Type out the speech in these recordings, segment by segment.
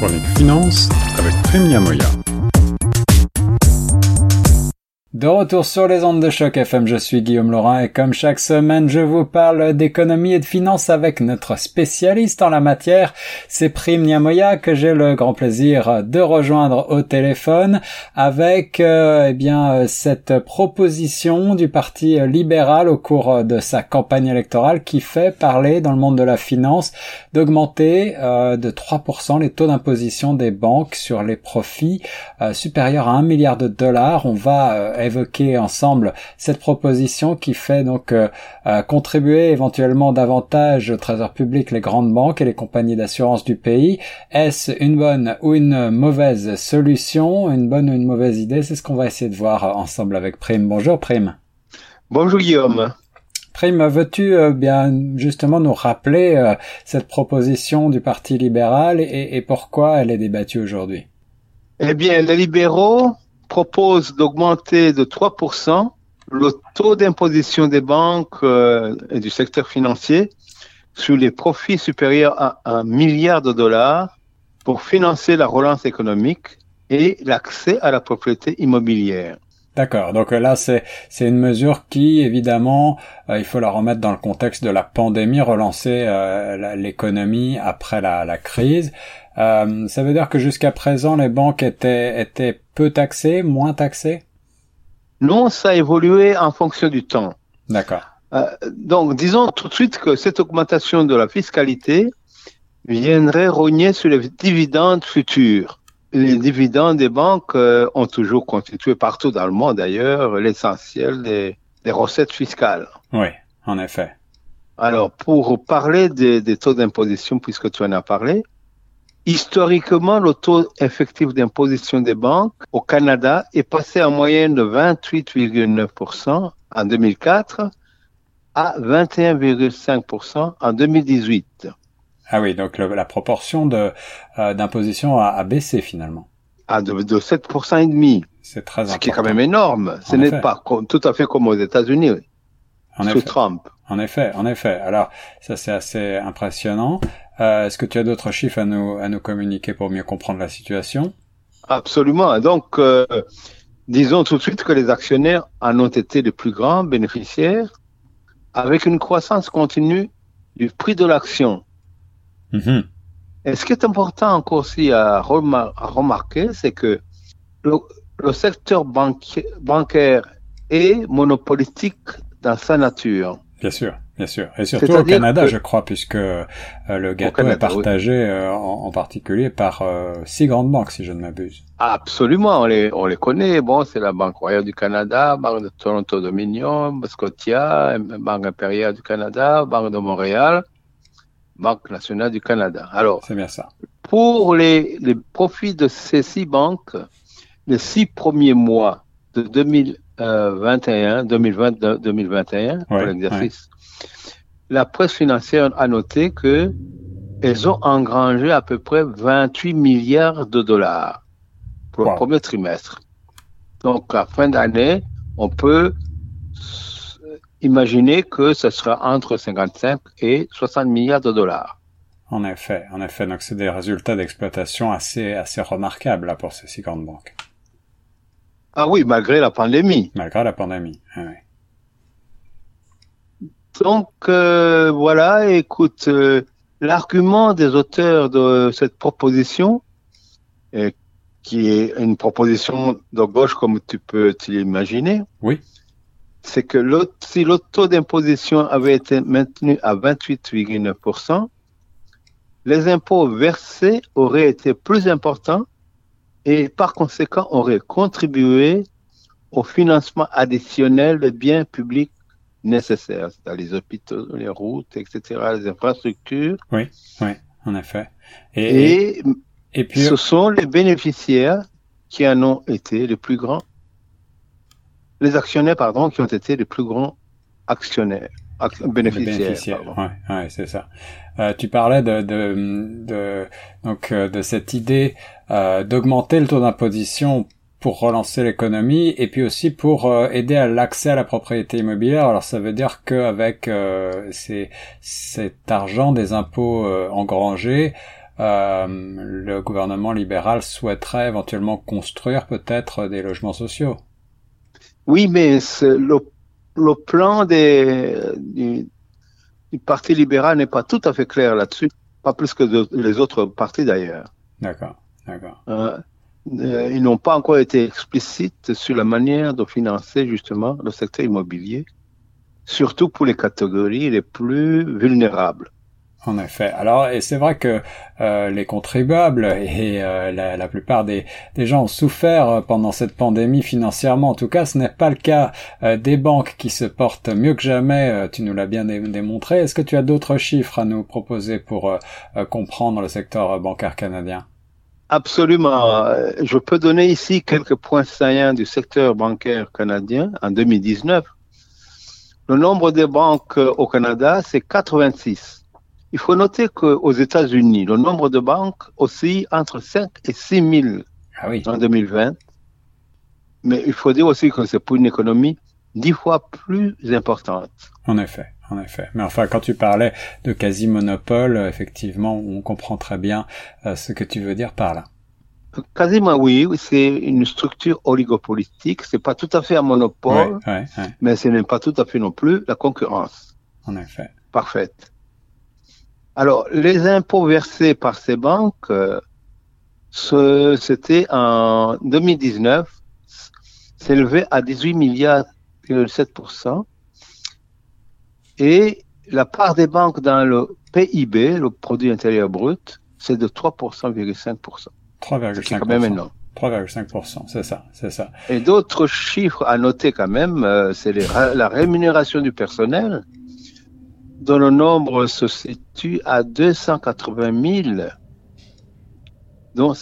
chronique finance avec Prime Nyamoya. De retour sur les ondes de Choc FM, je suis Guillaume Laurin et comme chaque semaine, je vous parle d'économie et de finance avec notre spécialiste en la matière. C'est Prime Nyamoya que j'ai le grand plaisir de rejoindre au téléphone avec cette proposition du Parti libéral au cours de sa campagne électorale qui fait parler dans le monde de la finance d'augmenter de 3% les taux d'imposition des banques sur les profits supérieurs à 1 milliard de dollars. On va évoquer ensemble cette proposition qui fait donc contribuer éventuellement davantage au trésor public les grandes banques et les compagnies d'assurance du pays. Est-ce une bonne ou une mauvaise solution, une bonne ou une mauvaise idée? C'est ce qu'on va essayer de voir ensemble avec Prime. Bonjour Prime. Bonjour Guillaume. Prime, veux-tu bien justement nous rappeler cette proposition du Parti libéral et pourquoi elle est débattue aujourd'hui? Eh bien, les libéraux proposent d'augmenter de 3% le taux d'imposition des banques et du secteur financier sur les profits supérieurs à 1 milliard de dollars pour financer la relance économique et l'accès à la propriété immobilière. D'accord, donc là c'est une mesure qui évidemment il faut la remettre dans le contexte de la pandémie, relancer l'économie après la crise. Ça veut dire que jusqu'à présent les banques étaient peu taxées, moins taxées? Non, ça a évolué en fonction du temps. D'accord. Donc disons tout de suite que cette augmentation de la fiscalité viendrait rogner sur les dividendes futurs. Les dividendes des banques ont toujours constitué partout dans le monde d'ailleurs l'essentiel des recettes fiscales. Oui, en effet. Alors pour parler des taux d'imposition, puisque tu en as parlé, historiquement le taux effectif d'imposition des banques au Canada est passé en moyenne de 28,9% en 2004 à 21,5% en 2018. Ah oui, donc la proportion d'imposition a baissé finalement. Ah, de 7% et demi. C'est très important. Ce qui est quand même énorme. Ce n'est pas tout à fait comme aux États-Unis, sous Trump. En effet. Alors, ça c'est assez impressionnant. Est-ce que tu as d'autres chiffres à nous communiquer pour mieux comprendre la situation? Absolument. Donc, disons tout de suite que les actionnaires en ont été les plus grands bénéficiaires avec une croissance continue du prix de l'action. Mm-hmm. Et ce qui est important encore aussi à remarquer, c'est que le secteur bancaire est monopolistique dans sa nature. Bien sûr. Et surtout au Canada, je crois, puisque le gâteau est partagé en particulier par 6 grandes banques, si je ne m'abuse. Absolument, on les connaît. Bon, c'est la Banque Royale du Canada, Banque de Toronto Dominion, Scotia, Banque Impériale du Canada, Banque de Montréal, Banque nationale du Canada. Alors, c'est bien ça. Pour les profits de ces 6 banques, les 6 premiers mois de 2020-2021, pour l'exercice, la presse financière a noté que elles ont engrangé à peu près 28 milliards de dollars pour le premier trimestre. Donc, à la fin d'année, on peut imaginer que ce sera entre 55 et 60 milliards de dollars. En effet. Donc, c'est des résultats d'exploitation assez remarquables là, pour ces 6 grandes banques. Ah oui, malgré la pandémie. Oui. Donc, voilà, écoute, l'argument des auteurs de cette proposition, qui est une proposition de gauche comme tu peux l'imaginer, oui, c'est que si le taux d'imposition avait été maintenu à 28,9%, les impôts versés auraient été plus importants et par conséquent auraient contribué au financement additionnel des biens publics nécessaires, c'est-à-dire les hôpitaux, les routes, etc., les infrastructures. Oui, en effet. Et puis, ce sont les bénéficiaires qui en ont été les plus grands, les actionnaires, qui ont été les plus grands actionnaires. Bénéficiaires. Ouais, c'est ça. Tu parlais de cette idée d'augmenter le taux d'imposition pour relancer l'économie et puis aussi pour aider à l'accès à la propriété immobilière. Alors ça veut dire qu'avec cet argent des impôts engrangés, le gouvernement libéral souhaiterait éventuellement construire peut-être des logements sociaux. Oui, mais le plan du Parti libéral n'est pas tout à fait clair là-dessus, pas plus que les autres partis d'ailleurs. D'accord, d'accord. Ils n'ont pas encore été explicites sur la manière de financer justement le secteur immobilier, surtout pour les catégories les plus vulnérables. En effet. Alors, et c'est vrai que les contribuables et la plupart des gens ont souffert pendant cette pandémie financièrement. En tout cas, ce n'est pas le cas des banques qui se portent mieux que jamais. Tu nous l'as bien démontré. Est-ce que tu as d'autres chiffres à nous proposer pour comprendre le secteur bancaire canadien? Absolument. Je peux donner ici quelques points saillants du secteur bancaire canadien en 2019. Le nombre de banques au Canada, c'est 86. Il faut noter qu'aux États-Unis, le nombre de banques oscille entre 5 et 6 000 en 2020. Mais il faut dire aussi que c'est pour une économie 10 fois plus importante. En effet, en effet. Mais enfin, quand tu parlais de quasi-monopole, effectivement, on comprend très bien ce que tu veux dire par là. Quasiment oui, c'est une structure oligopolistique. C'est pas tout à fait un monopole, mais ce n'est pas tout à fait non plus la concurrence. En effet. Parfaite. Alors, les impôts versés par ces banques, c'était en 2019, s'élevait à 18 milliards 7%. Et la part des banques dans le PIB, le produit intérieur brut, c'est de 3,5%. 3,5%. C'est quand même énorme. 3,5%, c'est ça. Et d'autres chiffres à noter quand même, c'est la rémunération du personnel, dont le nombre se situe à 280 000, dont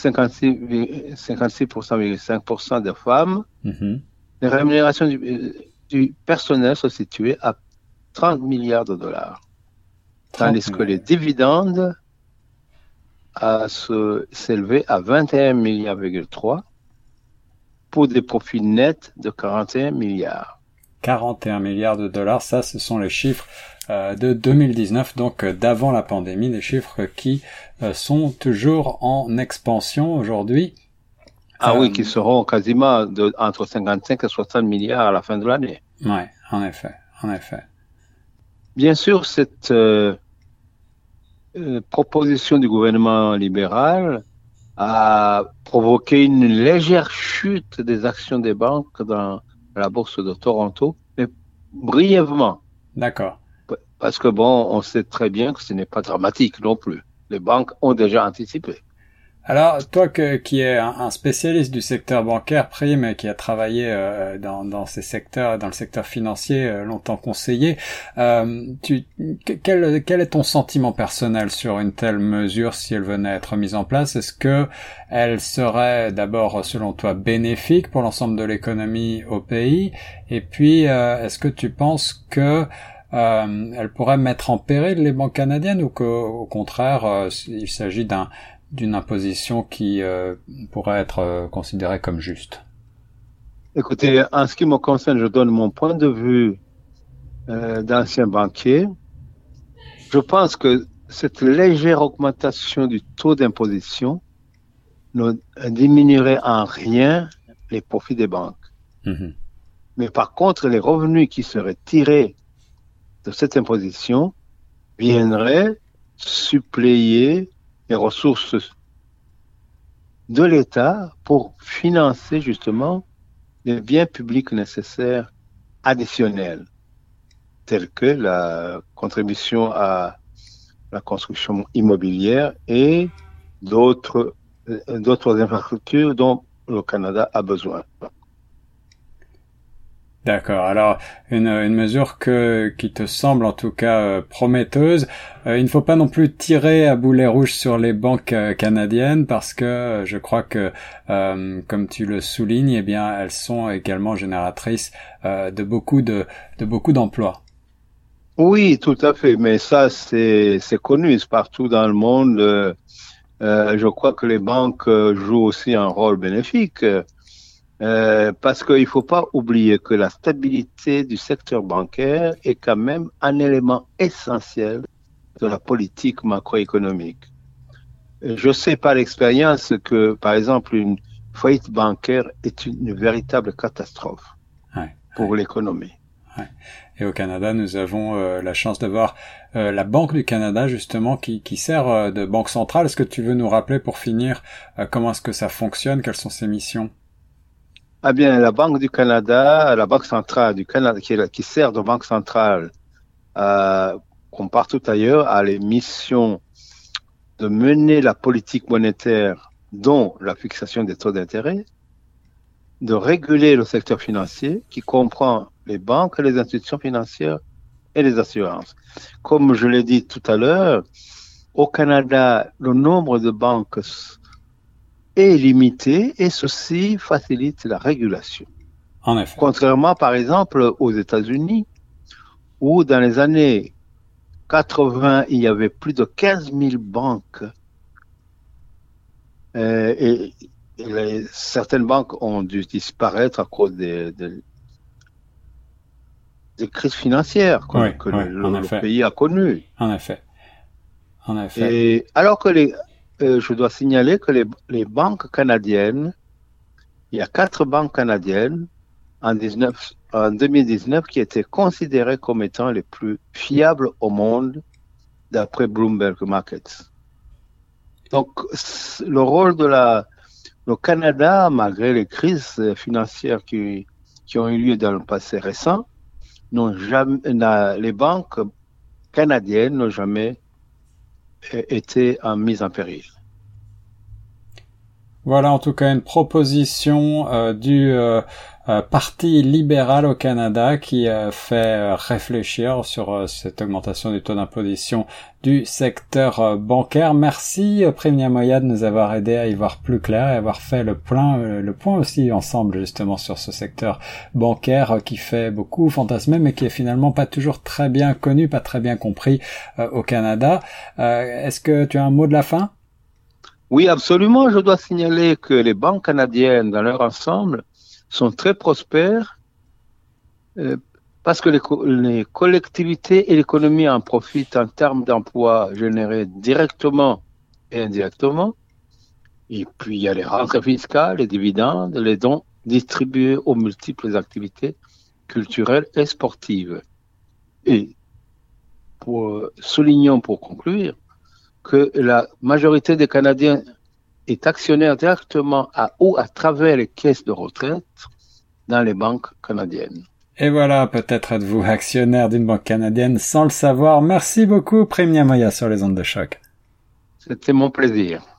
56,5% de femmes. Mm-hmm. Les rémunérations du personnel se situaient à 30 milliards de dollars. Tandis que les dividendes s'élevaient à 21 milliards,3 pour des profits nets de 41 milliards. 41 milliards de dollars, ça, ce sont les chiffres de 2019, donc d'avant la pandémie, des chiffres qui sont toujours en expansion aujourd'hui. Ah oui, qui seront quasiment entre 55 et 60 milliards à la fin de l'année. Ouais, en effet. Bien sûr, cette proposition du gouvernement libéral a provoqué une légère chute des actions des banques dans la bourse de Toronto, mais brièvement. D'accord. Parce que on sait très bien que ce n'est pas dramatique non plus. Les banques ont déjà anticipé. Alors, toi qui es un spécialiste du secteur bancaire, Prime, qui a travaillé dans ces secteurs, dans le secteur financier, longtemps conseillé, quel est ton sentiment personnel sur une telle mesure si elle venait à être mise en place? Est-ce que elle serait d'abord, selon toi, bénéfique pour l'ensemble de l'économie au pays? Et puis, est-ce que tu penses que elle pourrait mettre en péril les banques canadiennes ou qu'au contraire, il s'agit d'une imposition qui pourrait être considérée comme juste? Écoutez, en ce qui me concerne, je donne mon point de vue d'ancien banquier. Je pense que cette légère augmentation du taux d'imposition ne diminuerait en rien les profits des banques. Mm-hmm. Mais par contre, les revenus qui seraient tirés de cette imposition viendraient suppléer les ressources de l'État pour financer justement les biens publics nécessaires additionnels, tels que la contribution à la construction immobilière et d'autres infrastructures dont le Canada a besoin. D'accord. Alors, une mesure qui te semble en tout cas prometteuse. Il ne faut pas non plus tirer à boulet rouge sur les banques canadiennes parce que je crois que, comme tu le soulignes, eh bien, elles sont également génératrices de beaucoup d'emplois. Oui, tout à fait. Mais ça, c'est connu, c'est partout dans le monde. Je crois que les banques jouent aussi un rôle bénéfique. Parce qu'il ne faut pas oublier que la stabilité du secteur bancaire est quand même un élément essentiel de la politique macroéconomique. Je sais par l'expérience que, par exemple, une faillite bancaire est une véritable catastrophe pour l'économie. Ouais. Et au Canada, nous avons la chance d'avoir la Banque du Canada, justement, qui sert de banque centrale. Est-ce que tu veux nous rappeler, pour finir, comment est-ce que ça fonctionne, quelles sont ses missions? Ah bien, la Banque du Canada, la Banque centrale du Canada, qui sert de banque centrale, comme partout ailleurs, a les missions de mener la politique monétaire, dont la fixation des taux d'intérêt, de réguler le secteur financier, qui comprend les banques, les institutions financières et les assurances. Comme je l'ai dit tout à l'heure, au Canada, le nombre de banques est limité et ceci facilite la régulation. En effet. Contrairement, par exemple, aux États-Unis, où dans les années 80, il y avait plus de 15 000 banques et certaines banques ont dû disparaître à cause des crises financières que le pays a connues. En effet. Et alors que je dois signaler que les banques canadiennes, il y a 4 banques canadiennes en 2019 qui étaient considérées comme étant les plus fiables au monde d'après Bloomberg Markets. Donc, le rôle le Canada, malgré les crises financières qui ont eu lieu dans le passé récent, les banques canadiennes n'ont jamais été mise en péril. Voilà en tout cas une proposition du Parti libéral au Canada qui fait réfléchir sur cette augmentation du taux d'imposition du secteur bancaire. Merci Prem Nyamoya de nous avoir aidé à y voir plus clair et avoir fait le point aussi ensemble justement sur ce secteur bancaire qui fait beaucoup fantasmer mais qui est finalement pas toujours très bien connu, pas très bien compris au Canada. Est-ce que tu as un mot de la fin? Oui, absolument. Je dois signaler que les banques canadiennes, dans leur ensemble, sont très prospères parce que les collectivités et l'économie en profitent en termes d'emplois générés directement et indirectement. Et puis, il y a les rentrées fiscales, les dividendes, les dons distribués aux multiples activités culturelles et sportives. Et soulignons pour conclure que la majorité des Canadiens est actionnaire directement ou à travers les caisses de retraite dans les banques canadiennes. Et voilà, peut-être êtes-vous actionnaire d'une banque canadienne sans le savoir. Merci beaucoup, Prem Nyamoya sur les ondes de choc. C'était mon plaisir.